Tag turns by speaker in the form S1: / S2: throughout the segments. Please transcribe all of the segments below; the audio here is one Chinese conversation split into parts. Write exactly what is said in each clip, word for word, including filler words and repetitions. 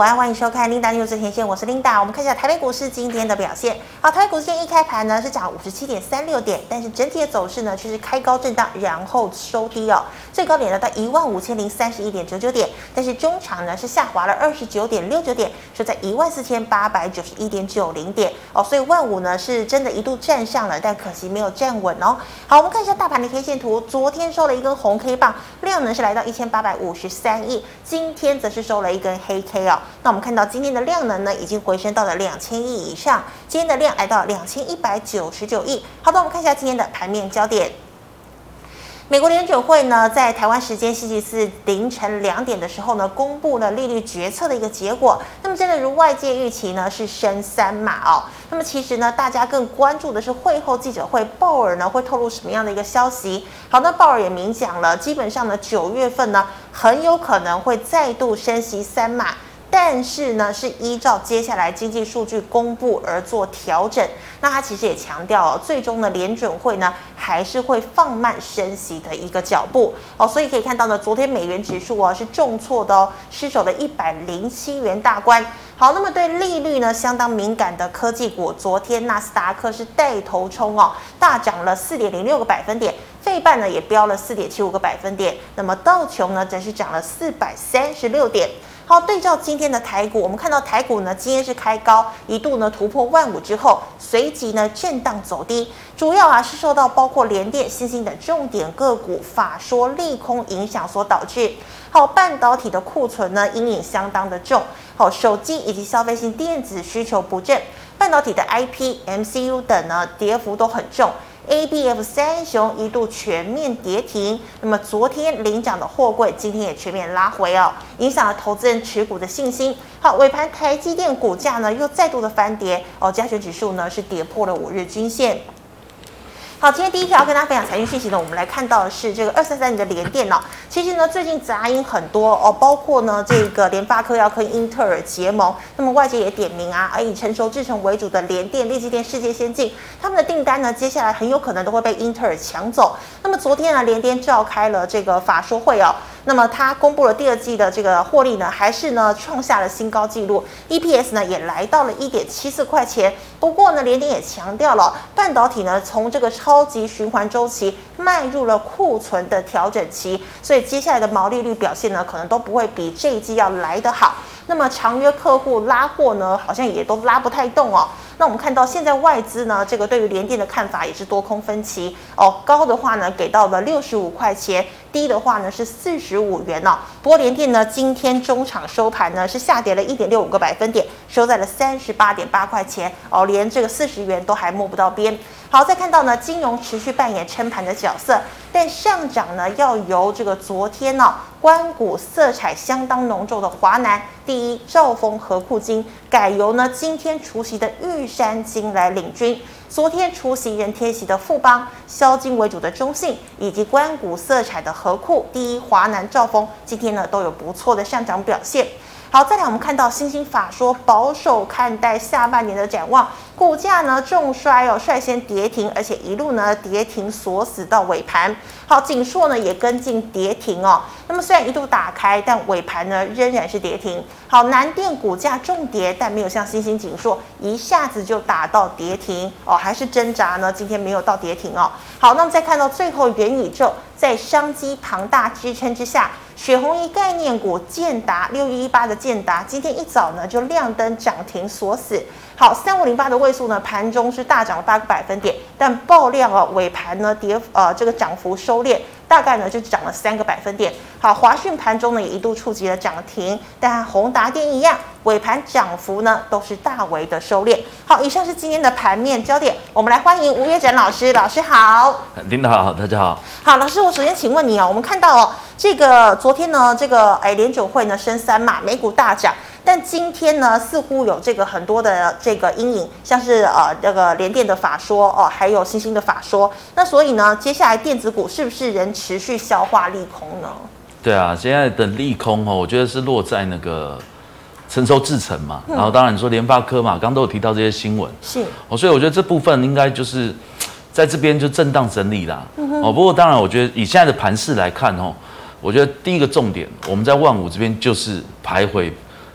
S1: 晚安，欢迎收看 Linda News 前线，我是 Linda。我们看一下台北股市今天的表现。好，台北股市今天一开盘呢是涨五十七点三六点，但是整体的走势呢却是开高震荡，然后收低哦。最高点来到一万五千零三十一点九九点，但是中场呢是下滑了二十九点六九点，收在一万四千八百九十一点九零点哦。所以万五呢是真的一度站上了，但可惜没有站稳哦。好，我们看一下大盘的 K 线图，昨天收了一根红 K 棒，量呢是来到一千八百五十三亿，今天则是收了一根黑 K 哦。那我们看到今天的量能呢，已经回升到了两千亿以上，今天的量来到两千一百九十九亿。好的，我们看一下今天的盘面焦点。美国联准会呢，在台湾时间星期四凌晨两点的时候呢，公布了利率决策的一个结果。那么真的如外界预期呢，是升三码哦。那么其实呢，大家更关注的是会后记者会，鲍尔呢会透露什么样的一个消息？好，那鲍尔也明讲了，基本上呢，九月份呢，很有可能会再度升息三码。但是呢，是依照接下来经济数据公布而做调整。那他其实也强调哦，最终呢，联准会呢还是会放慢升息的一个脚步哦。所以可以看到呢，昨天美元指数哦是重挫的哦，失守了一百零七元大关。好，那么对利率呢相当敏感的科技股，昨天纳斯达克是带头冲哦，大涨了四点零六个百分点。费半呢也飙了四点七五个百分点，那么道琼呢则是涨了四百三十六点。好，对照今天的台股，我们看到台股呢今天是开高，一度呢突破万五之后，随即呢震荡走低，主要啊是受到包括联电、新兴等重点个股法说利空影响所导致。好，半导体的库存呢阴影相当的重，好，手机以及消费性电子需求不振，半导体的 I P、M C U 等呢跌幅都很重。A B F 三雄一度全面跌停，那么昨天领涨的货柜今天也全面拉回哦，影响了投资人持股的信心。好，尾盘台积电股价呢又再度的翻跌哦，加权指数呢是跌破了五日均线。好，今天第一条跟大家分享财经讯息呢，我们来看到的是这个二三三零的联电哦。其实呢，最近杂音很多哦，包括呢这个联发科要跟英特尔结盟，那么外界也点名啊，而以成熟制程为主的联电、力积电、世界先进，他们的订单呢，接下来很有可能都会被英特尔抢走。那么昨天呢，联电召开了这个法说会哦。那么它公布了第二季的这个获利呢，还是呢创下了新高纪录 ，E P S 呢也来到了一点七四块钱。不过呢，联电也强调了，半导体呢从这个超级循环周期迈入了库存的调整期，所以接下来的毛利率表现呢，可能都不会比这一季要来得好。那么长约客户拉货呢，好像也都拉不太动哦。那我们看到现在外资呢，这个对于联电的看法也是多空分歧哦。高的话呢，给到了六十五块钱，低的话呢是四十五元哦。不过联电呢，今天中场收盘呢是下跌了一点六五个百分点，收在了三十八点八块钱哦，连这个四十元都还摸不到边。好，再看到呢，金融持续扮演撑盘的角色，但上涨呢要由这个昨天呢、哦、官股色彩相当浓重的华南第一兆丰和库金，改由呢今天除息的玉山金来领军。昨天除息人贴息的富邦、销金为主的中信，以及官股色彩的和库第一华南兆丰，今天呢都有不错的上涨表现。好，再来我们看到新兴法说保守看待下半年的展望，股价呢重摔哦，率先跌停，而且一路呢跌停锁死到尾盘。好，景硕呢也跟进跌停哦。那么虽然一度打开，但尾盘呢仍然是跌停。好，南电股价重跌，但没有像新兴景硕一下子就打到跌停哦，还是挣扎呢，今天没有到跌停哦。好，那么再看到最后元宇宙在商机庞大支撑之下。雪红一概念股建达六一一八的建达，今天一早呢就亮灯涨停锁死。好，三五零八的位数呢，盘中是大涨了八个百分点，但爆量哦，尾盘呢跌呃这个涨幅收敛，大概呢就涨了三个百分点。好，华讯盘中呢也一度触及了涨停，但和宏达电一样，尾盘涨幅呢都是大为的收敛。好，以上是今天的盘面焦点，我们来欢迎吴岳展老师，老师好。
S2: 领导好，大家好。
S1: 好，老师，我首先请问你哦，我们看到哦，这个昨天呢，这个哎联准会呢升三码，美股大涨。但今天呢，似乎有这个很多的这个阴影，像是呃这个联电的法说哦，还有新兴的法说。那所以呢，接下来电子股是不是仍持续消化利空呢？
S2: 对啊，现在的利空哦，我觉得是落在那个成熟制程嘛，嗯、然后当然你说联发科嘛，刚刚都有提到这些新闻，
S1: 是
S2: 哦，所以我觉得这部分应该就是在这边就震荡整理啦。嗯、哦，不过当然，我觉得以现在的盘势来看哦，我觉得第一个重点，我们在万五这边就是徘徊。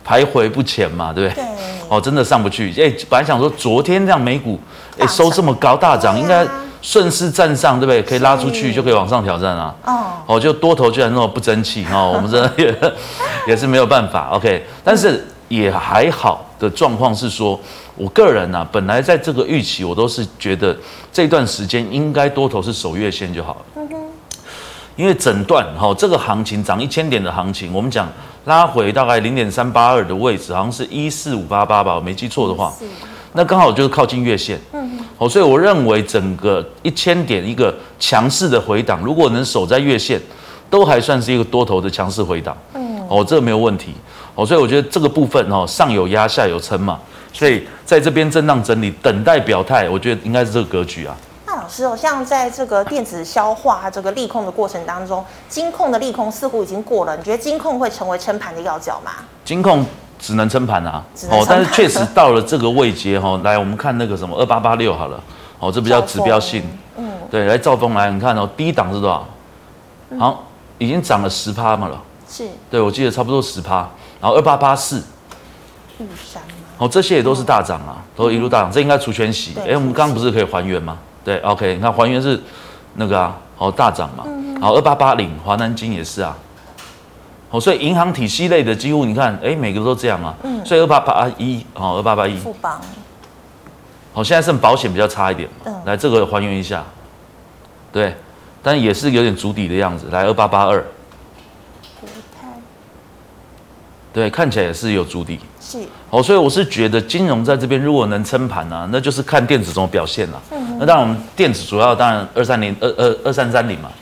S2: 徘徊不前嘛，对不对？
S1: 对。
S2: 哦，真的上不去。哎，本来想说昨天这样美股，哎收这么高大涨，应该顺势站上，对不对？可以拉出去就可以往上挑战啊。哦。哦，就多头居然那么不争气哦，我们真的也也是没有办法。OK， 但是也还好的状况是说，我个人啊，本来在这个预期，我都是觉得这段时间应该多头是守月线就好了。嗯哼。因为整段哈、哦、这个行情涨一千点的行情，我们讲拉回大概零点三八二的位置，好像是一四五八八吧，我没记错的话，那刚好就是靠近月线。嗯，哦，所以我认为整个一千点一个强势的回档，如果能守在月线，都还算是一个多头的强势回档。嗯，哦，这个没有问题。哦，所以我觉得这个部分哦，上有压，下有撑嘛，所以在这边震荡整理，等待表态，我觉得应该是这个格局啊。
S1: 那老师哦，像在这个电子消化这个利空的过程当中，金控的利空似乎已经过了，你觉得金控会成为撑盘的要角吗？
S2: 金控只能撑盘啊，哦，但是确实到了这个位阶哈、哦，来我们看那个什么二八八六好了，哦，这比较指标性，嗯，对，来兆丰来，你看哦，第一档是多少？好，已经涨了十趴嘛了，
S1: 是，
S2: 对我记得差不多十趴，然后二八八四，
S1: 玉山吗？
S2: 哦，这些也都是大涨啊，都一路大涨，这应该除权息，哎，我们刚刚不是可以还原吗？对 ，OK， 你看还原是那个啊，哦大涨嘛，然后二八八零华南金也是啊，哦，所以银行体系类的几乎你看，哎，每个都这样啊，嗯，所以二八八一，哦，二八八一，
S1: 富邦，
S2: 好、哦，现在剩保险比较差一点，嗯，来这个还原一下，对，但也是有点筑底的样子，来二八八二，对，看起来也是有筑底，是，哦，所以我是觉得金融在这边如果能撑盘啊，那就是看电子怎么表现啦、啊。嗯、那当然，我们电子主要当然二三零二二二三三零嘛。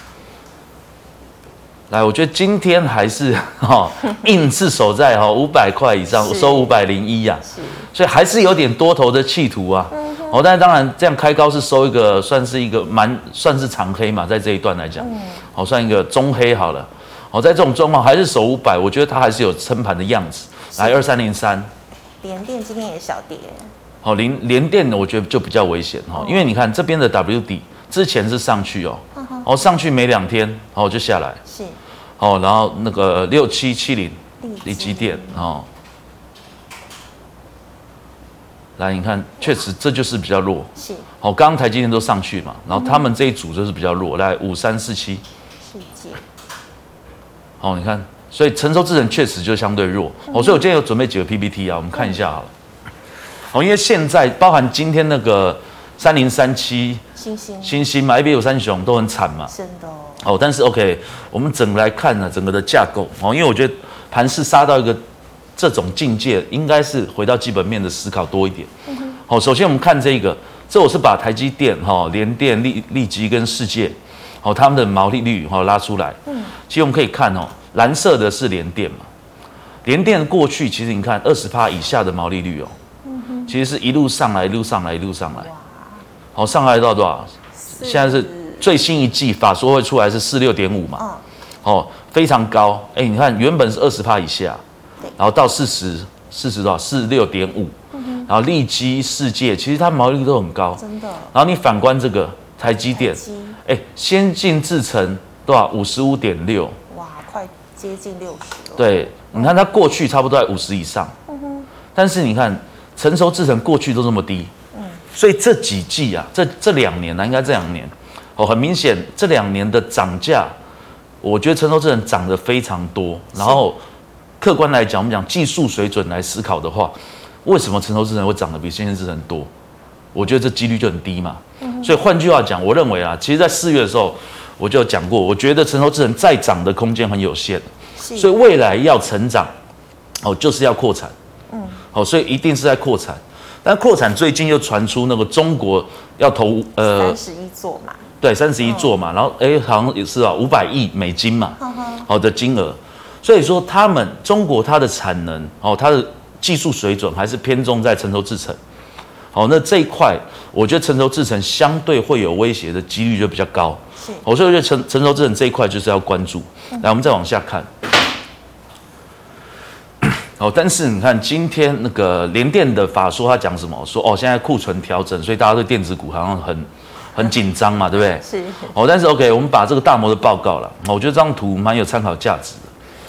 S2: 来，我觉得今天还是哈、哦、硬是守在哈五百块以上，收五百零一呀，所以还是有点多头的企图啊。嗯、哦，但是当然这样开高是收一个算是一个蛮算是长黑嘛，在这一段来讲，嗯、哦算一个中黑好了。哦，在这种状况还是守五百，我觉得它还是有撑盘的样子。来二三零三，
S1: 联电今天也小跌。
S2: 好、哦，联联电我觉得就比较危险哈、哦，因为你看这边的 W 底之前是上去哦，呵呵哦上去没两天，哦就下来。是。哦，然后那个六七七零力积电哦，来你看，确实这就是比较弱。是。好、哦，刚刚台积电都上去嘛，然后他们这一组就是比较弱。来五三四七。世界。哦，你看，所以成熟制程确实就相对弱。哦，所以我今天有准备几个 P P T 啊，我们看一下好了。哦，因为现在包含今天那个三零三七、星星、星星嘛 ，A B 五三雄都很惨嘛。真的哦。哦，但是 OK， 我们整个来看呢，整个的架构哦，因为我觉得盘势杀到一个这种境界，应该是回到基本面的思考多一点。嗯哼。好、哦，首先我们看这个，这我是把台积电、哈、哦、联电、力力积跟世界。哦，他们的毛利率哦拉出来，嗯，其实我们可以看哦，蓝色的是联电嘛，联电过去其实你看二十趴以下的毛利率哦，嗯哼，其实是一路上来，一路上来，一路上来，哇，好、哦、上来到多少？现在是最新一季法说会出来是四六点五嘛，嗯，哦非常高，哎你看原本是二十趴以下，然后到四十四十多少四六点五，然后利基世界其实它毛利率都很高，真的，然后你反观这个台积电。哎，先进制程多少？五十五点六，
S1: 哇，快接近六十了。
S2: 对，你看它过去差不多在五十以上，嗯哼。但是你看成熟制程过去都这么低，嗯。所以这几季啊，这这两年呢、啊，应该这两年，哦，很明显这两年的涨价，我觉得成熟制程涨得非常多。然后客观来讲，我们讲技术水准来思考的话，为什么成熟制程会涨得比先进制程多？我觉得这几率就很低嘛。所以换句话讲，我认为啊，其实，在四月的时候我就讲过，我觉得成熟制程再涨的空间很有限，所以未来要成长，哦，就是要扩产，嗯，哦，所以一定是在扩产。但扩产最近又传出那个中国要投呃
S1: 三十一座嘛，
S2: 对，三十一座嘛，然后哎，好像也是啊，五百亿美金嘛，好的金额。所以说，他们中国它的产能哦，它的技术水准还是偏重在成熟制程。好，那这一块，我觉得成熟制程相对会有威胁的几率就比较高。是，我所以我觉得成成熟制程这一块就是要关注。来，我们再往下看。哦，但是你看今天那个联电的法说，他讲什么？说哦，现在库存调整，所以大家对电子股好像很很紧张嘛，对不对？是。哦，但是 OK， 我们把这个大摩的报告了，我觉得这张图蛮有参考价值的。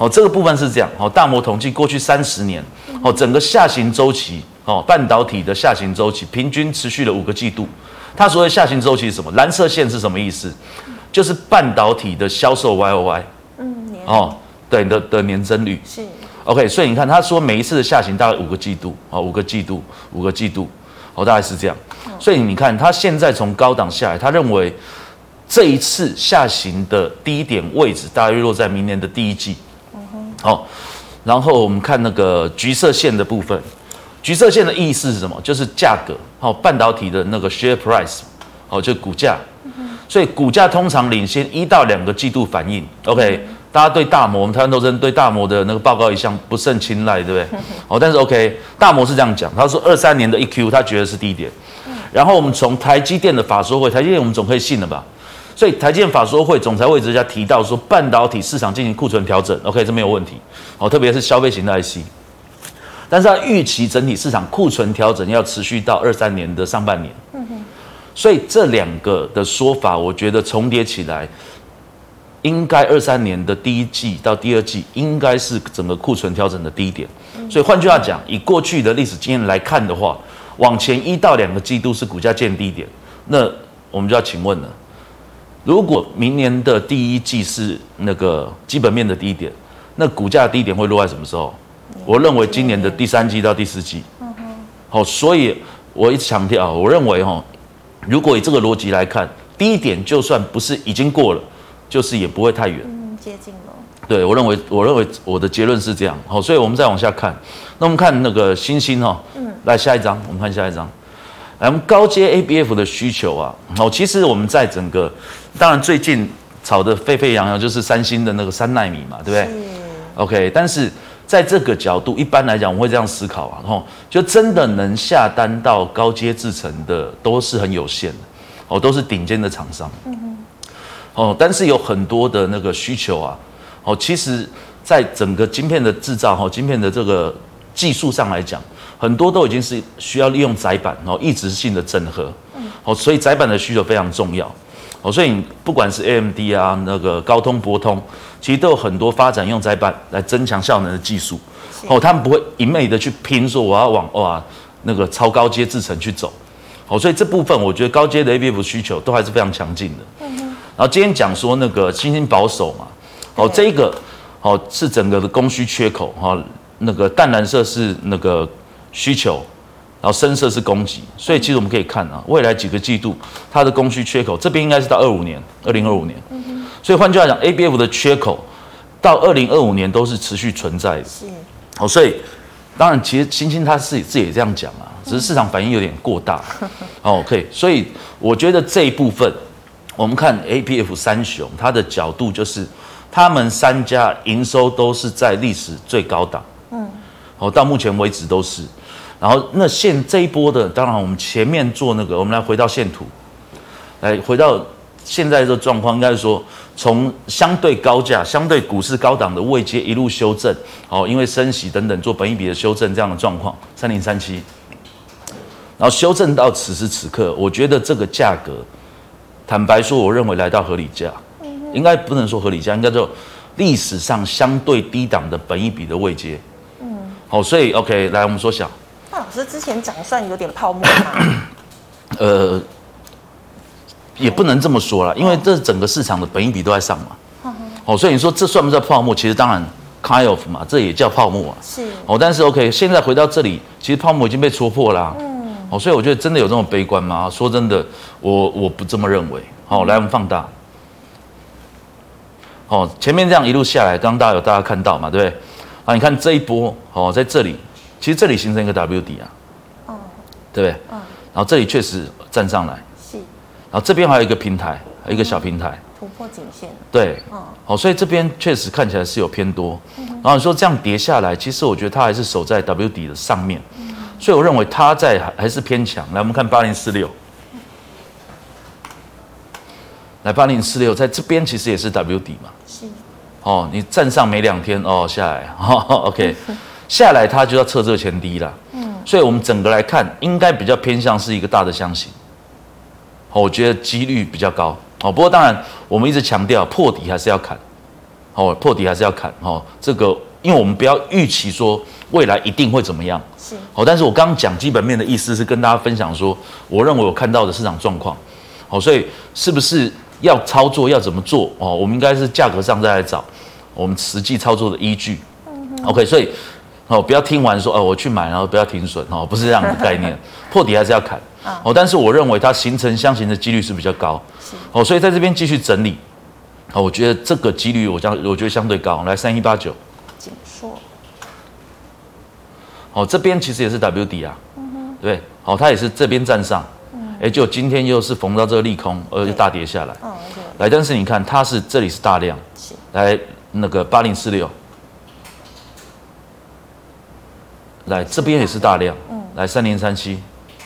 S2: 哦，这个部分是这样。哦，大摩统计过去三十年，哦，整个下行周期，哦，半导体的下行周期平均持续了五个季度。它所谓下行周期是什么？蓝色线是什么意思？就是半导体的销售 Y O Y。嗯，哦，对的的年增率
S1: 是。
S2: OK， 所以你看，他说每一次的下行大概五个季度，哦，五个季度，五个季度，哦，大概是这样。所以你看，他现在从高档下来，他认为这一次下行的低点位置大约落在明年的第一季。嗯哼。好，然后我们看那个橘色线的部分，橘色线的意思是什么？就是价格，哦，半导体的那个 share price， 哦，就股价。所以股价通常领先一到两个季度反应。OK。大家对大摩，我们台湾投资人对大摩的那个报告一向不甚青睐，对不对？哦，但是 OK， 大摩是这样讲，他说二三年的一 Q 他觉得是低点，然后我们从台积电的法说会，台积电我们总可以信了吧？所以台积电法说会总裁魏哲家提到说，半导体市场进行库存调整 ，OK， 这没有问题。哦，特别是消费型的 I C， 但是他预期整体市场库存调整要持续到二三年的上半年。所以这两个的说法，我觉得重叠起来。应该二三年的第一季到第二季，应该是整个库存调整的低点。所以换句话讲，以过去的历史经验来看的话，往前一到两个季度是股价见低点。那我们就要请问了，如果明年的第一季是那个基本面的低点，那股价的低点会落在什么时候？我认为今年的第三季到第四季。好，所以我一直强调，我认为哈，如果以这个逻辑来看，低点就算不是已经过了。就是也不会太远，
S1: 嗯，接近了。
S2: 对，我认为，我认为我的结论是这样。好，所以我们再往下看，那我们看那个星星哈，嗯，来下一张，我们看下一张，来，我们高阶 A B F 的需求啊，好，其实我们在整个，当然最近炒得沸沸扬扬就是三星的那个三奈米嘛，对不对？嗯。OK， 但是在这个角度，一般来讲我会这样思考啊，吼，就真的能下单到高阶制程的都是很有限的，哦，都是顶尖的厂商。嗯。哦，但是有很多的那个需求啊，哦，其实在整个晶片的制造，哈，晶片的这个技术上来讲，很多都已经是需要利用载板，哦，异质性的整合，哦，所以载板的需求非常重要，哦，所以你不管是 A M D 啊，那个高通、博通，其实都有很多发展用载板来增强效能的技术，哦，他们不会一昧的去拼说我要往哇那个超高阶制程去走，哦，所以这部分我觉得高阶的 A B F 需求都还是非常强劲的。然后今天讲说那个新兴保守嘛，哦，这一个哦是整个的供需缺口哈，那个淡蓝色是那个需求，然后深色是供给，所以其实我们可以看啊，未来几个季度它的供需缺口这边应该是到二五年，二零二五年，嗯、所以换句话讲 ，A B F 的缺口到二零二五年都是持续存在的。是，哦，所以当然其实新兴它自己自己也这样讲啊，只是市场反应有点过大。哦 ，OK， 所以我觉得这一部分。我们看 A B F 三雄，它的角度就是，他们三家营收都是在历史最高档，嗯，哦，到目前为止都是。然后那现这一波的，当然我们前面做那个，我们来回到线图，来回到现在这状况，应该是说从相对高价、相对股市高档的位阶一路修正，哦，因为升息等等做本益比的修正这样的状况，三零三七，然后修正到此时此刻，我觉得这个价格。坦白说，我认为来到合理价，应该不能说合理价，应该说历史上相对低档的本益比的位阶。嗯，好，所以 OK， 来我们缩小。
S1: 那老师之前涨算有点泡沫吗？
S2: 呃，也不能这么说啦，因为这整个市场的本益比都在上嘛。哦，所以你说这算不算泡沫？其实当然 kind of 嘛，这也叫泡沫啊。是。哦，但是 OK， 现在回到这里，其实泡沫已经被戳破啦。嗯。哦，所以我觉得真的有这么悲观吗？说真的，我我不这么认为。好，来我们放大。哦，前面这样一路下来，刚刚大家有大家看到嘛，对不对？啊，你看这一波，哦，在这里，其实这里形成一个 W 底啊，哦，对不对？嗯。然后这里确实站上来，是。然后这边还有一个平台，还有一个小平台，
S1: 突破颈线。
S2: 对，嗯。好，所以这边确实看起来是有偏多。嗯。然后你说这样跌下来，其实我觉得它还是守在 W 底的上面。所以我认为它在还是偏强。来，我们看八零四六，来八零四六，在这边其实也是 W 底嘛。是。哦，你站上没两天，哦下来，哦 ，OK， 下来它就要测这个前低啦。嗯。所以我们整个来看，应该比较偏向是一个大的箱型。哦，我觉得几率比较高。哦，不过当然我们一直强调破底还是要砍。 哦，破底还是要砍哦。这个，因为我们不要预期说未来一定会怎么样，
S1: 是
S2: 哦。但是我刚刚讲基本面的意思是跟大家分享说，我认为我看到的市场状况，哦，所以是不是要操作要怎么做哦？我们应该是价格上再来找我们实际操作的依据。嗯、OK， 所以哦，不要听完说哦我去买，然后不要停损哦，不是这样的概念，破底还是要砍。哦，但是我认为它形成箱型的几率是比较高，哦，所以在这边继续整理，哦，我觉得这个几率我相我觉得相对高，来三一八九，
S1: 紧缩，
S2: 哦，这边其实也是 W 底啊，嗯、对，哦，它也是这边站上，哎、嗯，就今天又是逢到这个利空，而且大跌下来，嗯，来，但是你看它是这里是大量，是来那个八零四六，来这边也是大量，嗯，来三零三七。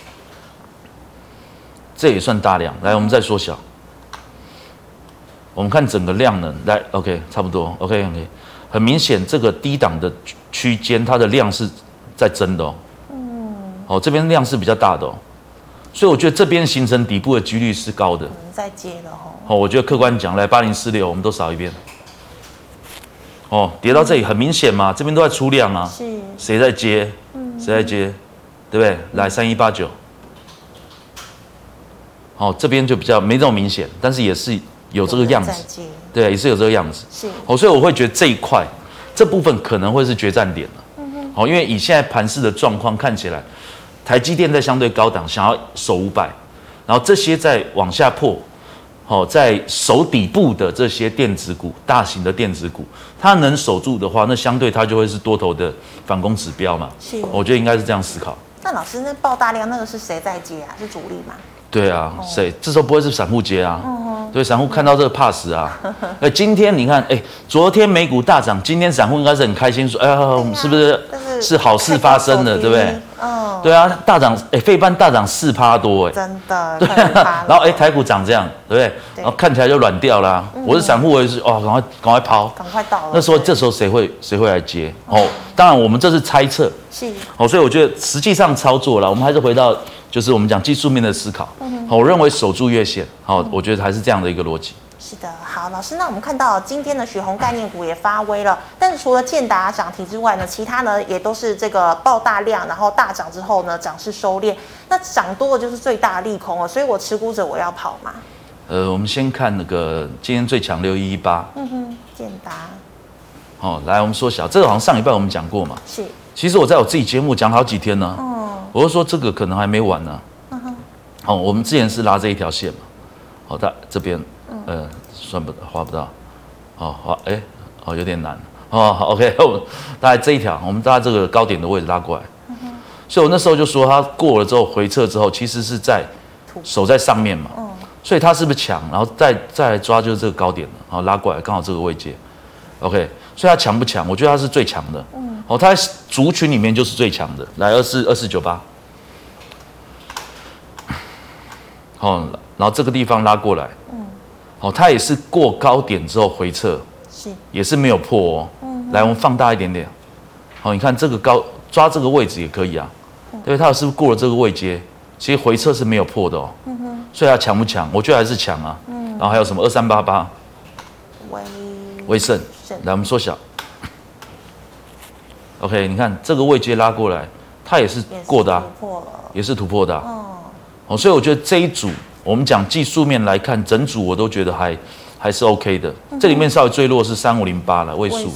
S2: 这也算大量，来，我们再缩小。我们看整个量能，来 ，OK， 差不多 ，OK，OK，、OK, OK, 很明显，这个低档的区间，它的量是在增的哦。嗯。哦，这边量是比较大的哦，所以我觉得这边形成底部的几率是高的。
S1: 在接了哦。
S2: 哦，我觉得客观讲，来八零四六，我们都扫一遍。哦，跌到这里很明显嘛，这边都在出量啊。是。谁在接？嗯。谁在接？对不对？来三一八九。哦，这边就比较没这么明显，但是也是有这个样子，对，也是有这个样子。是，哦，所以我会觉得这一块这部分可能会是决战点了。嗯哼。哦，因为以现在盘势的状况看起来，台积电在相对高档，想要守五百，然后这些在往下破，哦，在守底部的这些电子股，大型的电子股，它能守住的话，那相对它就会是多头的反攻指标嘛。是，我觉得应该是这样思考。
S1: 那老师，那爆大量那个是谁在接啊？是主力吗？
S2: 对啊，谁、哦、这时候不会是散户接啊？嗯、对，散户看到这个怕死啊！哎，今天你看，哎，昨天美股大涨，今天散户应该是很开心，说，哎呀，我们是不是是好事发生了，对不对？嗯，对啊，大涨，哎，费半大涨四趴多，哎，
S1: 真的，
S2: 对啊，然后哎，台股涨这样，对不对？对，然后看起来就软掉啦、啊。嗯、我是散户，我也是，哦，赶快赶快抛，
S1: 赶快到了。
S2: 那时候这时候谁会谁会来接？哦，当然我们这是猜测，是，哦，所以我觉得实际上操作了，我们还是回到。就是我们讲技术面的思考，嗯、我认为守住月线，好、嗯，我觉得还是这样的一个逻辑。
S1: 是的，好，老师，那我们看到今天的许宏概念股也发威了，但是除了建达涨停之外呢，其他呢也都是这个爆大量，然后大涨之后呢涨势收敛，那涨多的就是最大的利空了，所以我持股者我要跑嘛。
S2: 呃，我们先看那个今天最强六一一八，
S1: 嗯哼，建达。
S2: 好、哦，来我们缩小，这个好像上礼拜我们讲过嘛。
S1: 是。
S2: 其实我在我自己节目讲好几天呢。嗯。我就说这个可能还没完呢、啊。嗯哼。哦，我们之前是拉这一条线嘛。好、哦，它这边，呃，算不画不到。哦，画，哎，哦，有点难。哦，好 ，OK， 大概这一条，我们大概这个高点的位置拉过来。嗯哼。所以我那时候就说，它过了之后回撤之后，其实是在守在上面嘛。嗯。所以它是不是强？然后再再来抓就是这个高点了，然后拉过来，刚好这个位阶。OK， 所以它强不强？我觉得它是最强的。嗯。哦，它在族群里面就是最强的，来二四二四九八，哦，然后这个地方拉过来，嗯，哦，它也是过高点之后回撤，是，也是没有破哦，嗯，来我们放大一点点，好、哦，你看这个高抓这个位置也可以啊，嗯、对，它是不是过了这个位阶？其实回撤是没有破的哦，嗯哼，所以它强不强？我觉得还是强啊，嗯，然后还有什么二三八八，威威盛，来我们缩小。OK， 你看这个位阶拉过来，它也是过的啊，也是突破的啊。哦，哦，所以我觉得这一组，我们讲技术面来看，整组我都觉得还还是 OK 的。嗯、这里面稍微最弱是三五零八了，位数，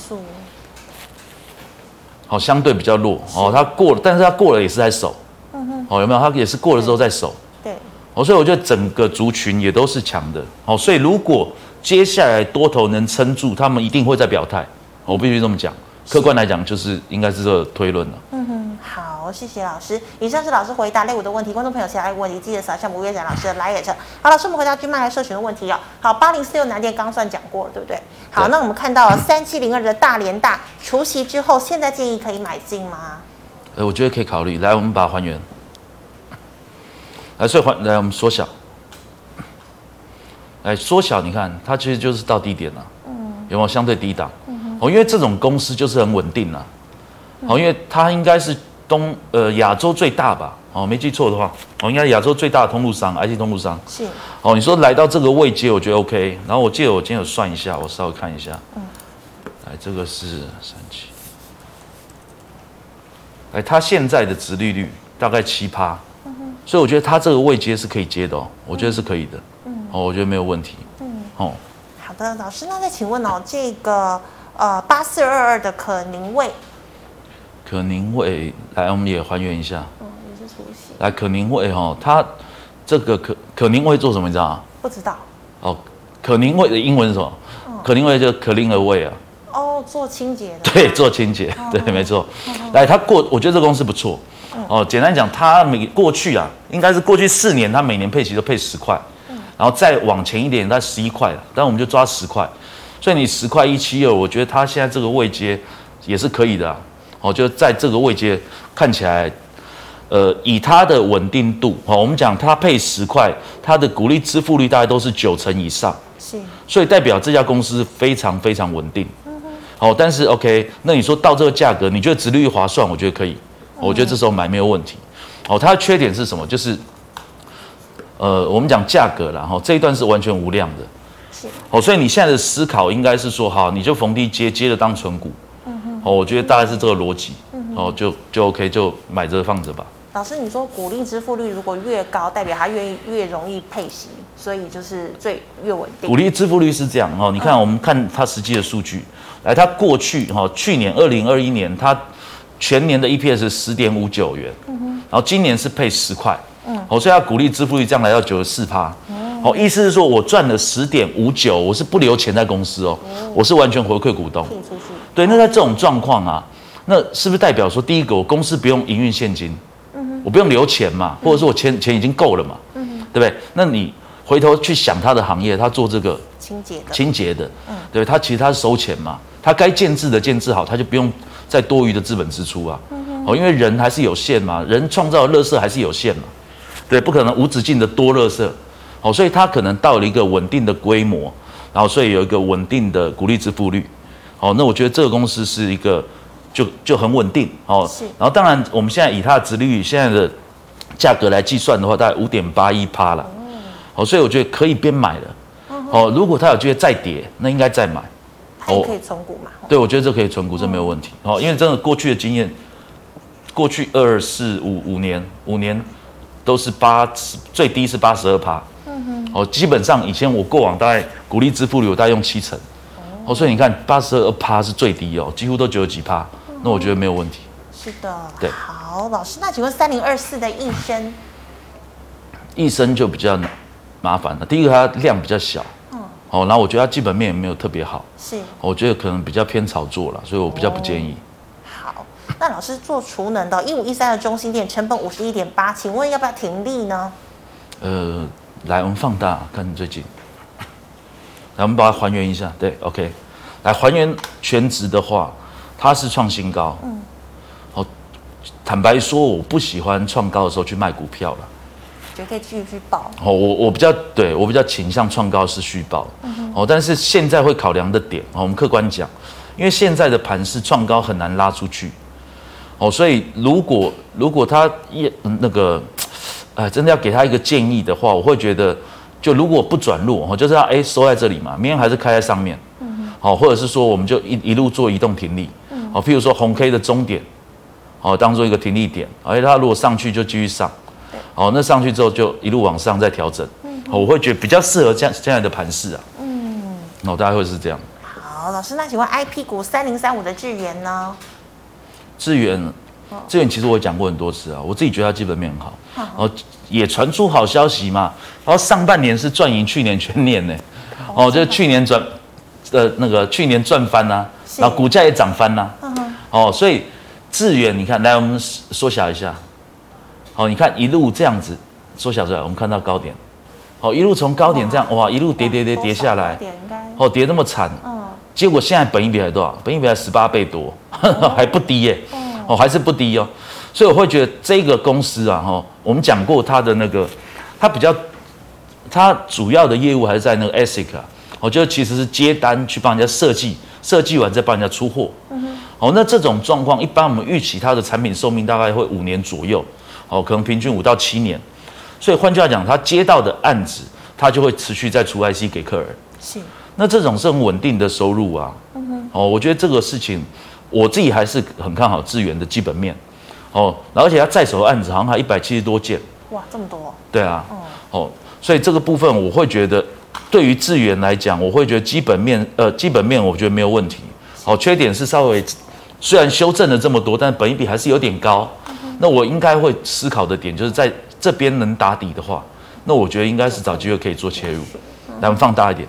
S2: 好、哦，相对比较弱哦。它过了，但是它过了也是在守。嗯哼，哦，有没有？它也是过了之后在守。对。哦，所以我觉得整个族群也都是强的。哦，所以如果接下来多头能撑住，他们一定会再表态。我必须这么讲。客观来讲，就是应该是这个推论了。嗯哼，
S1: 好，谢谢老师。以上是老师回答类股的问题，观众朋友其他问题记得扫一下吴月展老师的来也车。好，老师，我们回答君麦来社群的问题哦。好，八零四六南电刚算讲过了，对不对？好，那我们看到三七零二的大联大除息之后，现在建议可以买进吗？
S2: 呃，我觉得可以考虑。来，我们把它还原。来，所以还来，我们缩小。来，缩小，你看它其实就是到低点了。嗯。有没有相对低档？哦，因为这种公司就是很稳定啦、啊，哦，因为它应该是东呃亚洲最大吧，哦，没记错的话，哦，应该亚洲最大的通路商 ，I T 通路商是，哦，你说来到这个位阶，我觉得 OK， 然后我记得我今天有算一下，我稍微看一下，嗯， 来，这个是三七，哎，它现在的殖利率大概七趴，嗯、所以我觉得它这个位阶是可以接的哦，我觉得是可以的，嗯，哦，我觉得没有问题，嗯，哦，
S1: 好的，老师，那再请问哦，这个呃八四二二的可宁味，
S2: 可宁味，来，我们也还原一下，
S1: 嗯，也是除息，
S2: 来，可宁味哈、哦，它这个可可宁味做什么你知道吗？
S1: 不知道，
S2: 哦，可宁味的英文是什么？嗯、可宁味就可宁而味啊。
S1: 哦，做清洁的。
S2: 对，做清洁，哦、对，没错。哦、来，它过，我觉得这公司不错。嗯、哦，简单讲，它每过去啊，应该是过去四年，它每年配息都配十块，嗯、然后再往前一点，它十一块了，但我们就抓十块，所以你十块一七二，我觉得它现在这个位阶也是可以的、啊。哦，就在这个位阶看起来，呃，以它的稳定度，哦，我们讲它配十块，它的股利支付率大概都是九成以上，是，所以代表这家公司非常非常稳定。好，但是 OK， 那你说到这个价格，你觉得殖利率划算？我觉得可以，我觉得这时候买没有问题。哦，它的缺点是什么？就是，呃，我们讲价格啦，哈，这一段是完全无量的，是。哦，所以你现在的思考应该是说，好，你就逢低接，接着当存股。嗯哼。哦，我觉得大概是这个逻辑。嗯哦，就就 OK， 就买着放着吧。
S1: 老师，你说股利支付率如果越高，代表它越越容易配息，所以就是最越稳定。
S2: 股利支付率是这样哦，你看、嗯、我们看它实际的数据，来，它过去哈、哦，去年二零二一年它全年的 E P S 是十点五九元，嗯、然后今年是配十块，嗯，哦，所以它股利支付率这样来到九十四趴，哦，意思是说我赚了十点五九，我是不留钱在公司哦，哦我是完全回馈股东，对，那在这种状况啊，那是不是代表说，第一个我公司不用营运现金？我不用留钱嘛，或者说我钱钱已经够了嘛，嗯、对不对？那你回头去想他的行业，他做这个
S1: 清洁的，
S2: 清洁的，嗯，对，他其实他是收钱嘛，他该建制的建制好，他就不用再多余的资本支出啊，嗯、哦，因为人还是有限嘛，人创造的垃圾还是有限嘛，对，不可能无止境的多垃圾，哦，所以他可能到了一个稳定的规模，然后所以有一个稳定的股利支付率，哦，那我觉得这个公司是一个。就就很稳定哦，然后当然我们现在以它的殖利率现在的价格来计算的话，大概五点八一趴了，哦，所以我觉得可以边买了，哦，如果它有机会再跌，那应该再买，
S1: 它也可以存股嘛，
S2: 对，我觉得这可以存股，这没有问题，哦，因为真的过去的经验，过去二四五五年五年都是八最低是八十二趴，哦，基本上以前我过往大概股利支付率我大概用七成。哦，所以你看，八十二趴是最低哦，几乎都九十几趴，嗯、那我觉得没有问题。
S1: 是的，
S2: 对。
S1: 好，老师，那请问三零二四的益生，
S2: 益生就比较麻烦了。第一个，它量比较小，嗯，哦，然后我觉得它基本面也没有特别好，是，我觉得可能比较偏炒作了，所以我比较不建议。
S1: 哦、好，那老师做储能的一五一三的中兴电成本五十一点八，请问要不要停利呢？
S2: 呃，来，我们放大看最近。来，我们把它还原一下，对 ，OK， 来还原全值的话，它是创新高。嗯，好，坦白说，我不喜欢创高的时候去卖股票了。
S1: 觉得可以继续报。
S2: 哦，我我比较对我比较倾向创高是续报。嗯、哦，但是现在会考量的点，哦，我们客观讲，因为现在的盘势创高很难拉出去。哦，所以如果如果他也那个，呃，真的要给他一个建议的话，我会觉得。就如果不转弱，哦，就是要哎收在这里嘛，明天还是开在上面，嗯，好，或者是说我们就一一路做移动停利，嗯，好，譬如说红 K 的终点，好，当做一个停利点，而且它如果上去就继续上，好，那上去之后就一路往上再调整，嗯，我会觉得比较适合这样现在的盘势啊，嗯，那大概会是这样。
S1: 好，老师，那请问 I P 股三零三五的智原呢？
S2: 智原。智原其实我讲过很多次啊，我自己觉得它基本面很好，然后也传出好消息嘛，然后上半年是赚赢去年全年呢，哦，就是去年转，呃，那个去年赚翻啦、啊，然后股价也涨翻啦、啊，哦，所以智原你看，来我们缩小一下，好，你看一路这样子缩小出来，我们看到高点，好，一路从高点这样哇，一路跌跌跌跌下来，哦，跌那么惨，嗯，结果现在本益比还多少？本益比还十八倍多，还不低耶、欸。哦，还是不低哦，所以我会觉得这个公司啊，哈，我们讲过它的那个，它比较，它主要的业务还是在那个 A S I C 啊，我觉得其实是接单去帮人家设计，设计完再帮人家出货。嗯哼。哦，那这种状况，一般我们预期它的产品寿命大概会五年左右，哦，可能平均五到七年。所以换句话讲，它接到的案子，它就会持续再出 I C 给客人。是。那这种是很稳定的收入啊。嗯哼。 哦，我觉得这个事情我自己还是很看好智原的基本面。哦，而且他在手的案子好像还一百七十多件。
S1: 哇，这么多。
S2: 对啊。哦。哦，所以这个部分我会觉得，对于智原来讲，我会觉得基本面呃基本面我觉得没有问题。好，缺点是稍微虽然修正了这么多，但本益比还是有点高。嗯、那我应该会思考的点就是在这边能打底的话，那我觉得应该是找机会可以做切入。来，我们放大一点。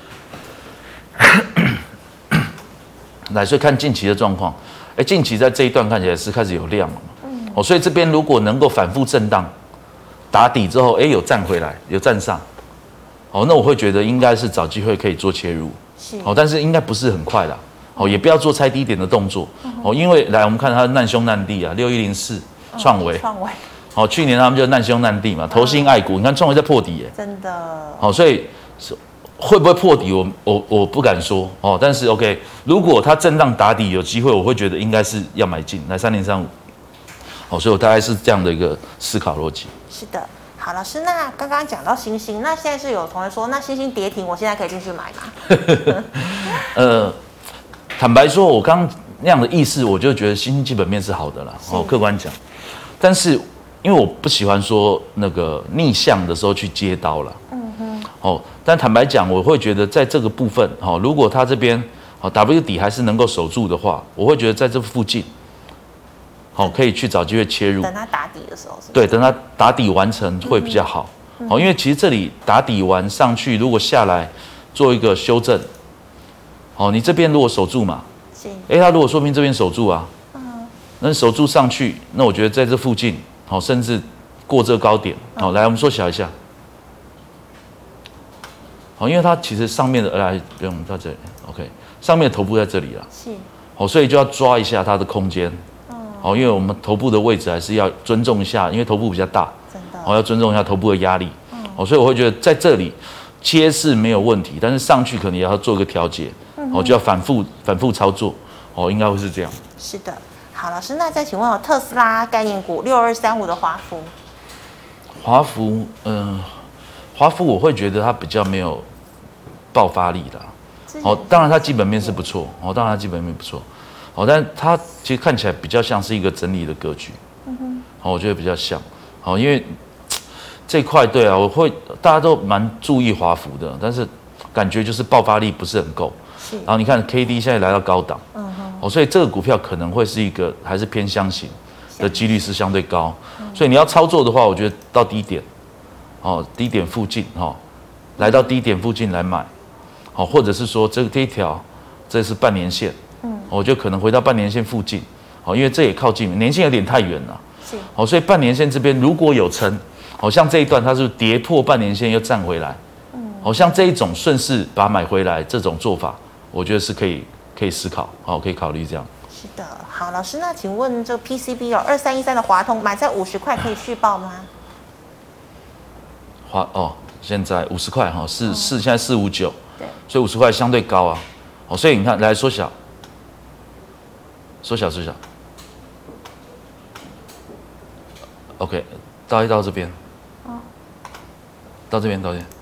S2: 来，所以看近期的状况，哎，近期在这一段看起来是开始有量了嘛。嗯。哦，所以这边如果能够反复震荡，打底之后，哎，有站回来，有站上，哦，那我会觉得应该是找机会可以做切入。是。哦，但是应该不是很快啦。哦，也不要做猜低点的动作。嗯、哦，因为来我们看它难兄难弟啊，六一零四创维。创维。哦，去年他们就难兄难弟嘛，投信爱股，你看创维在破底耶。
S1: 真的。
S2: 好，所以会不会破底我，我我我不敢说哦。但是 OK， 如果它震荡打底有机会，我会觉得应该是要买进。来三零三五，好，所以我大概是这样的一个思考逻辑。
S1: 是的，好，老师，那刚刚讲到星星，那现在是有同学说，那星星跌停，我现在可以进去买吗？呃，
S2: 坦白说，我刚那样的意思，我就觉得星星基本面是好的啦。哦，客观讲，但是因为我不喜欢说那个逆向的时候去接刀了。嗯哼。哦，但坦白讲，我会觉得在这个部分，哦，如果它这边哦 W 底还是能够守住的话，我会觉得在这附近，好、哦，可以去找机会切入。
S1: 等它打底的时候是不是？
S2: 对，等它打底完成会比较好。嗯、哦，因为其实这里打底完上去，如果下来做一个修正，哦，你这边如果守住嘛，是。哎，它如果说明这边守住啊，嗯，那守住上去，那我觉得在这附近，好、哦，甚至过这高点，好、哦，来我们缩小一下。好，因为它其实上面的来不用到这里 ，OK， 上面的头部在这里了，是，好，所以就要抓一下它的空间，嗯，好，因为我们头部的位置还是要尊重一下，因为头部比较大，真的，好，要尊重一下头部的压力，嗯，好，所以我会觉得在这里切是没有问题，但是上去可能也要做一个调节，嗯，好，就要反复反复操作，哦，应该会是这样。
S1: 是的，好，老师，那再请问我特斯拉概念股六二三五的华孚，
S2: 华孚，嗯、呃。华孚我会觉得它比较没有爆发力的，哦，当然它基本面是不错，哦，当然它基本面不错，哦，但它其实看起来比较像是一个整理的格局，嗯哼，哦，我觉得比较像，哦，因为这块对啊，我会大家都蛮注意华孚的，但是感觉就是爆发力不是很够，是，然后你看 K D 现在来到高档，嗯哼，哦，所以这个股票可能会是一个还是偏箱型的几率是相对高，嗯、所以你要操作的话，我觉得到低点。哦，低点附近哦，来到低点附近来买，哦，或者是说这这一条，这是半年线，嗯，我就可能回到半年线附近，哦，因为这也靠近，年线有点太远了，是，哦，所以半年线这边如果有撑，好、哦、像这一段它是跌破半年线又站回来，嗯，好、哦、像这一种顺势把它买回来这种做法，我觉得是可以可以思考，好、哦，可以考虑这样。
S1: 是的，好，老师，那请问这个 P C B 哦，二三一三的华通买在五十块可以续报吗？
S2: 华哦，现在五十块哈，四四现在四五九，对，所以五十块相对高啊，哦，所以你看来缩小，缩小缩小 ，OK， 到一到这边，哦，到这边到这边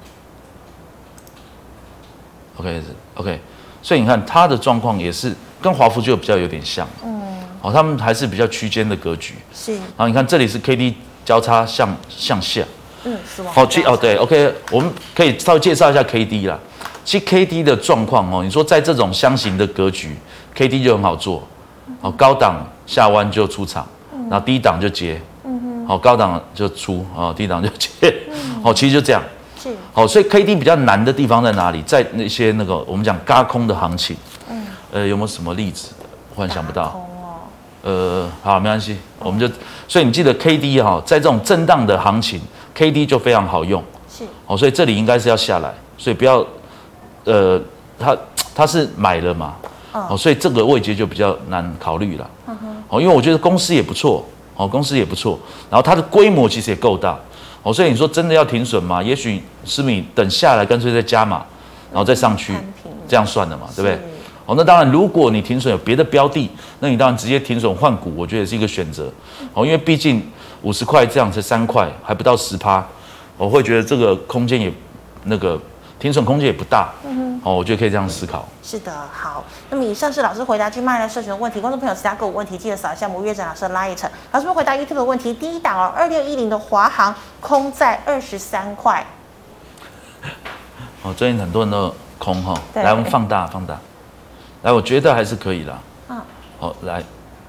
S2: ，OK OK， 所以你看它的状况也是跟华孚就比较有点像，嗯，哦，他们还是比较区间的格局，是，然后你看这里是 K D 交叉向向下。嗯，是吗？好，其哦对 ，OK， 我们可以稍微介绍一下 K D 啦。其实 K D 的状况哦，你说在这种箱型的格局 ，K D 就很好做，哦，高档下弯就出场，然后低档就接，嗯哼，好，高档就出，哦，低档就接，好，其实就这样，是，好，所以 K D 比较难的地方在哪里？在那些那个我们讲轧空的行情，嗯，呃，有没有什么例子？忽然想不到。呃，好，没关系，我们就，所以你记得 K D 哈、哦，在这种震荡的行情 ，K D 就非常好用，是，哦，所以这里应该是要下来，所以不要，呃，它它是买了嘛，哦，所以这个位阶就比较难考虑了，嗯哼，哦，因为我觉得公司也不错，哦，公司也不错，然后它的规模其实也够大，哦，所以你说真的要停损吗？也许是你等下来干脆再加码，然后再上去，这样算了嘛，对不对？哦，那当然，如果你停损有别的标的，那你当然直接停损换股，我觉得也是一个选择。哦，因为毕竟五十块这样才三块，还不到十趴，我会觉得这个空间也那个停损空间也不大。嗯哼。 哦，我觉得可以这样思考。
S1: 是的，好。那么以上是老师回答去卖来社群的问题，观众朋友其他个股问题记得扫一下魔月展老师的 Light。老师们回答 YouTube 的问题，第一档哦，二六一零的华航空在二十三块。
S2: 哦，最近很多人都空哈，来我们放大放大，来我觉得还是可以啦。嗯，好来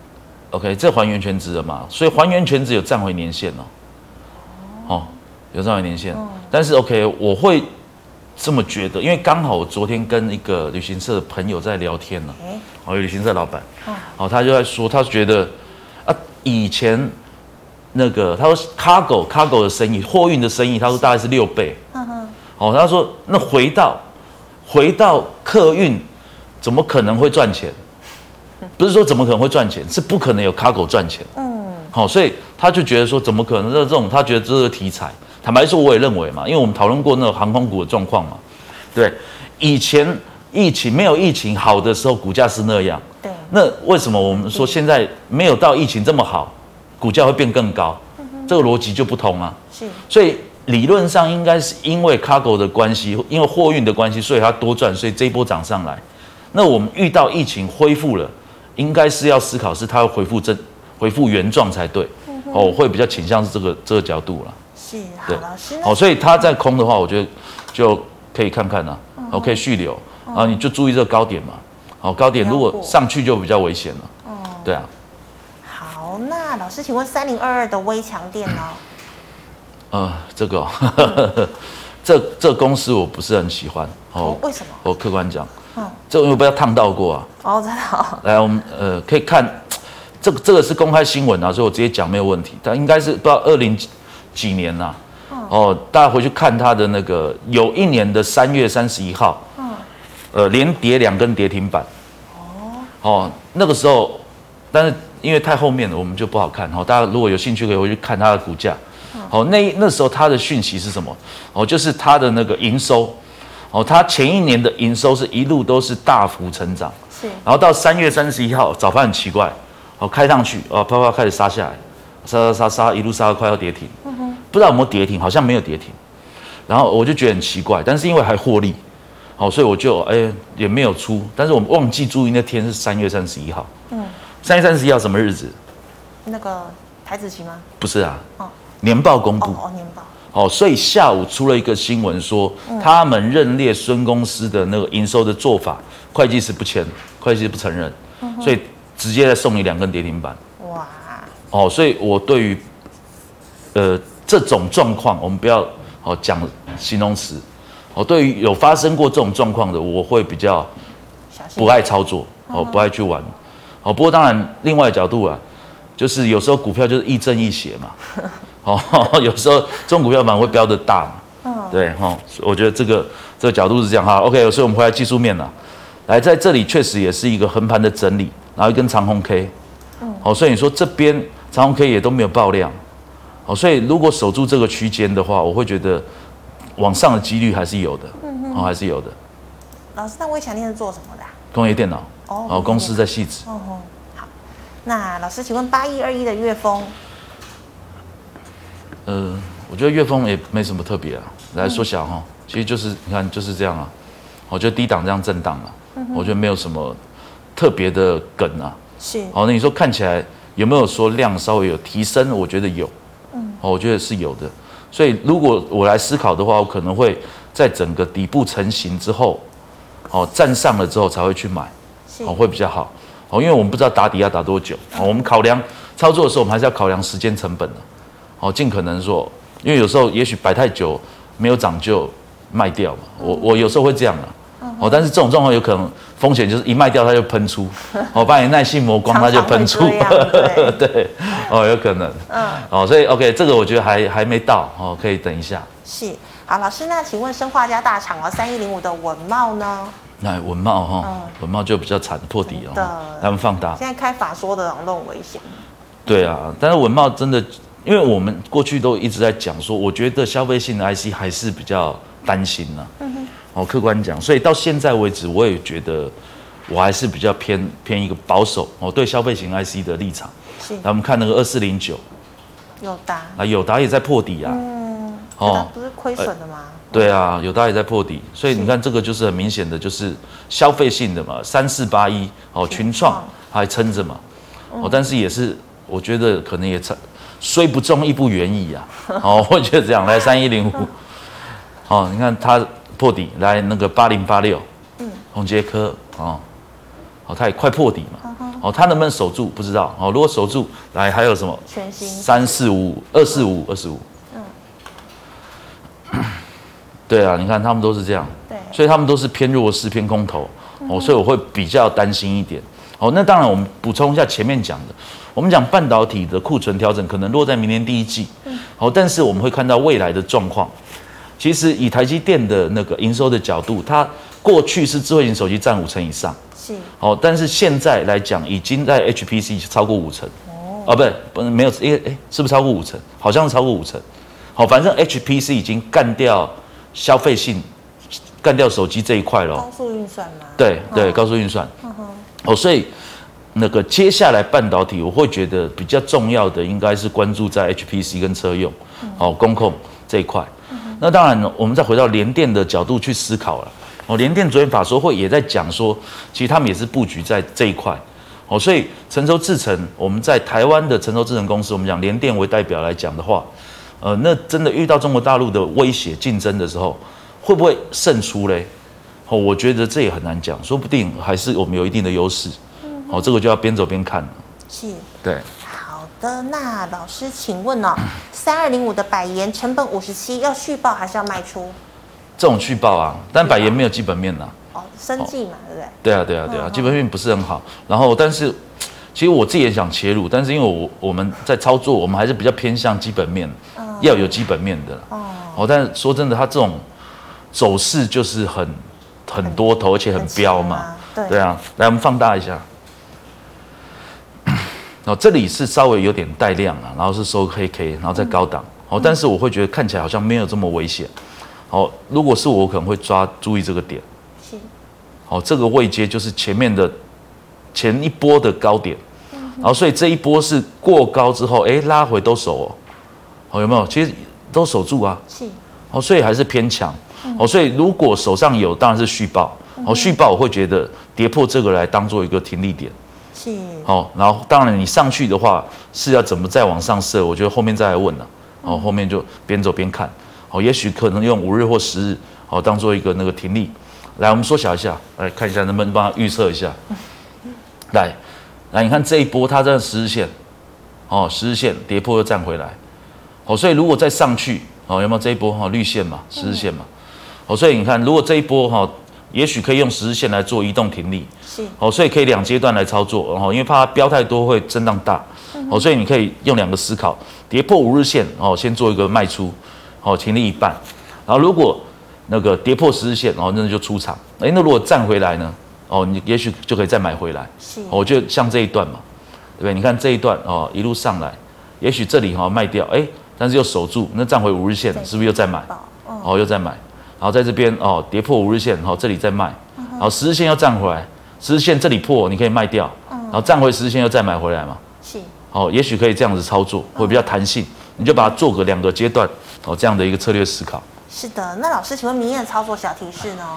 S2: ，OK， 这还原全值了嘛，所以还原全值有站回年线哦。哦，有站回年线，嗯、但是 OK， 我会这么觉得，因为刚好我昨天跟一个旅行社的朋友在聊天呢、啊，哦，有旅行社老板，哦，他就在说，他觉得啊，以前那个他说 cargo cargo 的生意，货运的生意，他说大概是六倍，嗯哼，哦，他说那回到回到客运，怎么可能会赚钱？不是说怎么可能会赚钱，是不可能有 cargo 赚钱，嗯，好、哦，所以他就觉得说，怎么可能？这这种他觉得这是个题材。坦白说，我也认为嘛，因为我们讨论过那个航空股的状况嘛，对，以前疫情没有疫情好的时候，股价是那样，对，那为什么我们说现在没有到疫情这么好，股价会变更高？嗯、这个逻辑就不通啊。是，所以理论上应该是因为 cargo 的关系，因为货运的关系，所以它多赚，所以这一波涨上来。那我们遇到疫情恢复了，应该是要思考是它要恢复正恢复原状才对。嗯、哦，我会比较倾向是这个这个角度啦。是，好老师。好、哦，所以它在空的话，我觉得就可以看看啦、啊，我、嗯、可以续留、嗯、啊，你就注意这个高点嘛。好、哦，高点如果上去就比较危险了。嗯，对啊。
S1: 好，那老师，请问三零二二的微强电呢？
S2: 呃，这个、哦，这这公司我不是很喜欢。
S1: 哦，为什么？
S2: 我客观讲，嗯，这个有没有烫到过啊？
S1: 哦，真的、哦。
S2: 来，我们呃可以看，这个这个是公开新闻啊，所以我直接讲没有问题。但应该是不知道二零。几年呐、啊？哦，大家回去看它的那个，有一年的三月三十一号，嗯，呃，连跌两根跌停板。哦，哦，那个时候，但是因为太后面了，我们就不好看。哦，大家如果有兴趣，可以回去看它的股价。哦，那那时候它的讯息是什么？哦，就是它的那个营收。哦，它前一年的营收是一路都是大幅成长。是。然后到三月三十一号，早盘很奇怪，哦，开上去，哦，啪啪开始杀下来。杀杀杀杀，一路杀到快要跌停，嗯、不知道有没有跌停，好像没有跌停。然后我就觉得很奇怪，但是因为还获利，好，所以我就哎、欸、也没有出。但是我们忘记注意那天是三月三十一号。嗯，三月三十一号什么日子？
S1: 那个台子期吗？
S2: 不是啊，哦，年报公布。
S1: 哦哦，年报。
S2: 哦，所以下午出了一个新闻说，嗯、他们认列孙公司的那个营收的做法，会计师不签，会计师不承认，嗯、所以直接再送你两根跌停板。哇！哦，所以我对于，呃，这种状况，我们不要哦讲形容词。哦，对于有发生过这种状况的，我会比较不爱操作，哦，不爱去玩。哦，不过当然，另外的角度啊，就是有时候股票就是亦正亦邪嘛。哦，有时候这种股票反而会飙得大嘛。对，哈、哦，我觉得这个这个角度是这样哈。OK， 所以我们回来技术面了。来，在这里确实也是一个横盘的整理，然后一根长红 K。嗯。好、哦，所以你说这边长红 K 也都没有爆量。好、哦，所以如果守住这个区间的话，我会觉得往上的几率还是有的。嗯哦，还是有的。
S1: 老师，那微强电是做什么的、啊？
S2: 工业电脑。哦。哦，公司在汐止。
S1: 哦哦。好，那老师，请问八一二一的月丰？
S2: 呃，我觉得月丰也没什么特别啊。来缩小哈，其实就是你看就是这样啊。我觉得低档这样震荡啊，嗯、我觉得没有什么特别的梗啊。是。好，那你说看起来有没有说量稍微有提升？我觉得有。嗯。哦，我觉得是有的。所以如果我来思考的话，我可能会在整个底部成型之后，哦，站上了之后才会去买，哦，会比较好。哦，因为我们不知道打底要打多久。哦，我们考量操作的时候，我们还是要考量时间成本的。哦，尽可能说，因为有时候也许摆太久没有涨就卖掉嘛。我我有时候会这样啊。哦，但是这种状况有可能风险就是一卖掉它就喷出，哦，把你耐性磨光它就喷出。对, 对，哦，有可能。嗯。哦，所以 OK， 这个我觉得还还没到，哦，可以等一下。
S1: 是，好，老师，那请问生化家大厂哦，三一零五的文茂呢？
S2: 那文茂哈，嗯、文茂就比较惨，破底哦。他们放大。
S1: 现在开法说的都很危险。
S2: 对啊，但是文茂真的。因为我们过去都一直在讲说，我觉得消费性的 I C 还是比较担心呐、啊。嗯哼。哦，客观讲，所以到现在为止，我也觉得我还是比较偏偏一个保守哦，对消费型 I C 的立场。是。那我们看那个二四零九，
S1: 友达啊，
S2: 友达也在破底啊。嗯。
S1: 哦，不是亏损的吗？
S2: 对啊，友达也在破底，所以你看这个就是很明显的，就是消费性的嘛，三四八一哦，群创还撑着嘛，哦，但是也是我觉得可能也虽不中亦不远矣啊，哦，我觉得这样来三一零五，哦，你看它破底，来那个八零八六，嗯，宏捷科哦，哦，它也快破底嘛。哦，它能不能守住不知道哦。如果守住，来还有什么？
S1: 全新
S2: 三四五二四五二四五。嗯，对啊，你看他们都是这样，对，所以他们都是偏弱势、偏空头哦，所以我会比较担心一点。哦，那当然我们补充一下前面讲的，我们讲半导体的库存调整可能落在明年第一季，嗯，哦，但是我们会看到未来的状况。其实以台积电的那个营收的角度，它过去是智慧型手机占五成以上。哦，但是现在来讲，已经在 H P C 超过五成，哦，啊，不是，不是没有，哎哎，是不是超过五成？好像是超过五成。好，反正 H P C 已经干掉消费性，干掉手机这一块了。
S1: 高速运算吗？
S2: 对对，高速运算。哦，所以那个接下来半导体，我会觉得比较重要的应该是关注在 H P C 跟车用，哦，工控这一块。那当然，我们再回到联电的角度去思考了。哦，联电昨天法说会也在讲说，其实他们也是布局在这一块。哦，所以成熟制程，我们在台湾的成熟制程公司，我们讲联电为代表来讲的话，呃，那真的遇到中国大陆的威胁竞争的时候，会不会胜出嘞？哦，我觉得这也很难讲，说不定还是我们有一定的优势。哦，这个就要边走边看了。
S1: 是。
S2: 对。
S1: 好的，那老师请问哦，三二零五的百研成本五十七，要续报还是要卖出？
S2: 这种续报啊，但百研没有基本面呐、
S1: 啊。哦，生技嘛，对不对？
S2: 对啊，对啊，对啊，基本面不是很好。然后，但是其实我自己也想切入，但是因为我我们在操作，我们还是比较偏向基本面，嗯、要有基本面的。哦。哦，但是说真的，它这种走势就是很很多头，而且很飙嘛。啊对。对啊，来我们放大一下。然后这里是稍微有点带量啊，然后是收黑 K， 然后再高档。嗯、哦，但是我会觉得看起来好像没有这么危险。好，如果是我，我可能会抓注意这个点。是。好，这个位阶就是前面的前一波的高点，嗯、然后所以这一波是过高之后，哎，拉回都守哦。好，有没有？其实都守住啊。是。好，所以还是偏强。嗯、好，所以如果手上有，当然是续报。好，续报我会觉得跌破这个来当做一个停利点。是。好，然后当然你上去的话是要怎么再往上射？我觉得后面再来问了。好，后面就边走边看。好，也许可能用五日或十日，好当做一个那个停利。来，我们缩小一下，来看一下能不能帮他预测一下。来，来，你看这一波它在十日线，哦，十日线跌破又站回来，好，所以如果再上去，哦，有没有这一波哈绿线嘛，十日线嘛，好，所以你看，如果这一波哈，也许可以用十日线来做移动停利，是，好，所以可以两阶段来操作，然后因为怕它飙太多会震荡大，好，所以你可以用两个思考，跌破五日线，哦，先做一个卖出。好，停利一半，然后如果那个跌破十日线，然后那就出场。哎，那如果站回来呢？哦，你也许就可以再买回来。是，我觉得像这一段嘛，对不对？你看这一段哦，一路上来，也许这里哈、哦、卖掉，哎，但是又守住，那站回五日线，是不是又再买？哦，又再买，然后在这边哦跌破五日线，好、哦、这里再卖，然后十日线又站回来，十日线这里破，你可以卖掉，然后站回十日线又再买回来嘛。是，哦，也许可以这样子操作，会比较弹性，你就把它做个两个阶段。哦，这样的一个策略思考。
S1: 是的，那老师，请问明天的操作小提示呢？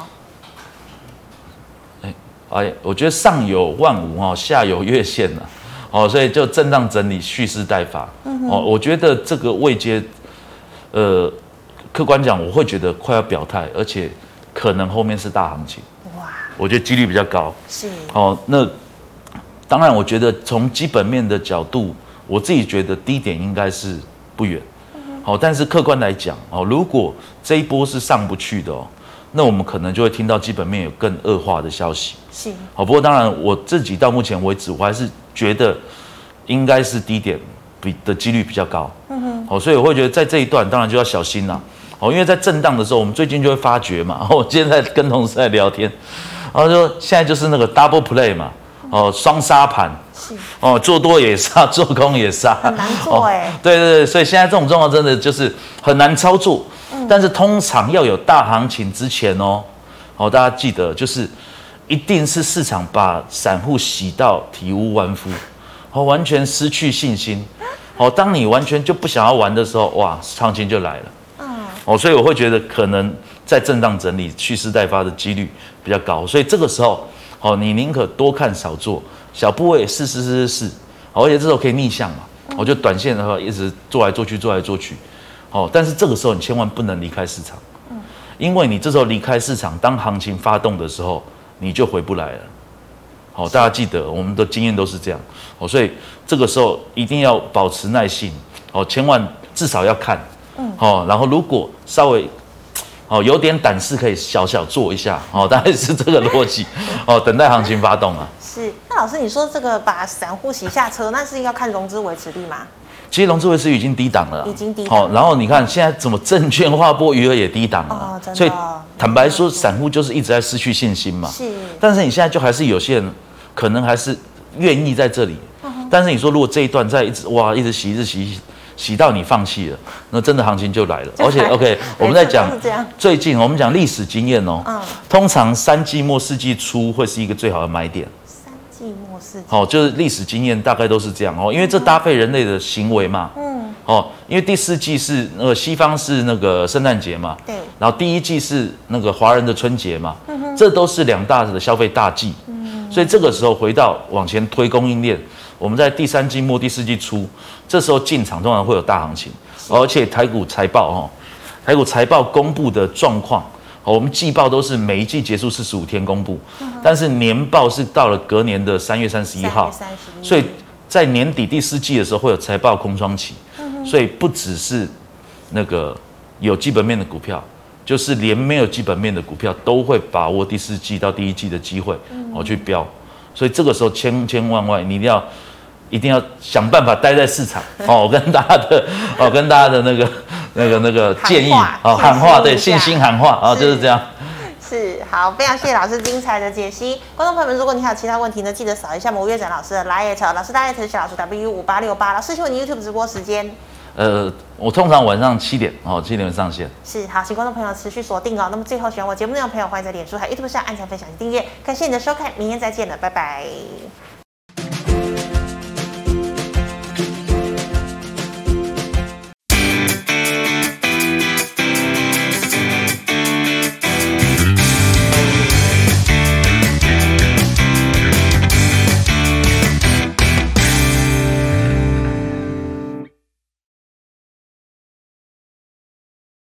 S2: 哎，哎，我觉得上有万五哈，下有月线了，哦，所以就震荡整理，蓄势待发。嗯、哦，我觉得这个位阶，呃，客观讲，我会觉得快要表态，而且可能后面是大行情。哇，我觉得几率比较高。是。哦，那当然，我觉得从基本面的角度，我自己觉得低点应该是不远。好，但是客观来讲，哦，如果这一波是上不去的哦，那我们可能就会听到基本面有更恶化的消息。是，好，不过当然我自己到目前为止，我还是觉得应该是低点比的几率比较高。嗯哼，好，所以我会觉得在这一段当然就要小心啦。哦，因为在震荡的时候，我们最近就会发觉嘛。我今天在跟同事在聊天，然后说现在就是那个 double play 嘛。哦，双杀盘，哦，做多也杀，做空也杀，
S1: 很难做哎、欸
S2: 哦。对对对，所以现在这种状况真的就是很难操作。嗯、但是通常要有大行情之前哦，哦，大家记得就是一定是市场把散户洗到体无完肤，哦，完全失去信心。哦，当你完全就不想要玩的时候，哇，行情就来了。嗯， 哦，所以我会觉得可能在震荡整理蓄势待发的几率比较高，所以这个时候哦，你宁可多看少做，小部位试试试试试，而且这时候可以逆向嘛，我就短线的话一直做来做去做来做去，哦，但是这个时候你千万不能离开市场，因为你这时候离开市场，当行情发动的时候，你就回不来了。好，大家记得我们的经验都是这样，哦，所以这个时候一定要保持耐性，哦，千万至少要看，哦，然后如果稍微，哦，有点胆识可以小小做一下，哦，大概是这个逻辑，哦，等待行情发动啊。
S1: 是，那老师你说这个把散户洗下车，那是要看融资维持率吗？
S2: 其实融资维持率已经低档了，
S1: 已经低档了。
S2: 哦，然后你看现在怎么证券划拨余额也低档了，
S1: 哦，真的。
S2: 所以坦白说，散户就是一直在失去信心嘛。
S1: 是。
S2: 但是你现在就还是有些人可能还是愿意在这里，嗯、但是你说如果这一段再一直哇一直洗一直洗洗到你放弃了，那真的行情就来了。而且 OK， 我们在讲最近我们讲历史经验哦，嗯、通常三季末四季初会是一个最好的买点。
S1: 季末四季，
S2: 好、哦，就是历史经验大概都是这样哦，因为这搭配人类的行为嘛，嗯，哦，因为第四季是那个西方是那个圣诞节嘛，
S1: 对，
S2: 然后第一季是那个华人的春节嘛，嗯、这都是两大的消费大季，嗯，所以这个时候回到往前推供应链，我们在第三季末第四季初，这时候进场通常会有大行情，而且台股财报哦，台股财报公布的状况。我们季报都是每一季结束四十五天公布，嗯、但是年报是到了隔年的三月三十一号，所以在年底第四季的时候会有财报空窗期，嗯、所以不只是那个有基本面的股票，就是连没有基本面的股票都会把握第四季到第一季的机会，哦、嗯、去飙，所以这个时候千千万万你一定要。一定要想办法待在市场哦，跟大家的哦，跟大家的那个那个那个建议哦，喊话对信心喊话啊、哦，就是这样。
S1: 是好，非常谢谢老师精彩的解析。观众朋友们，如果你还有其他问题呢，记得扫一下魔月展老师的 Line， 老师的 Line 是小老师 W 五八六八。老师，请问你 YouTube 直播时间？
S2: 呃，我通常晚上七点哦，七点上线。是
S1: 好，请观众朋友持续锁定哦。那么最后喜欢我节目内容的朋友，欢迎在脸书还有 YouTube 上按赞、分享、订阅。感谢你的收看，明天再见了，拜拜。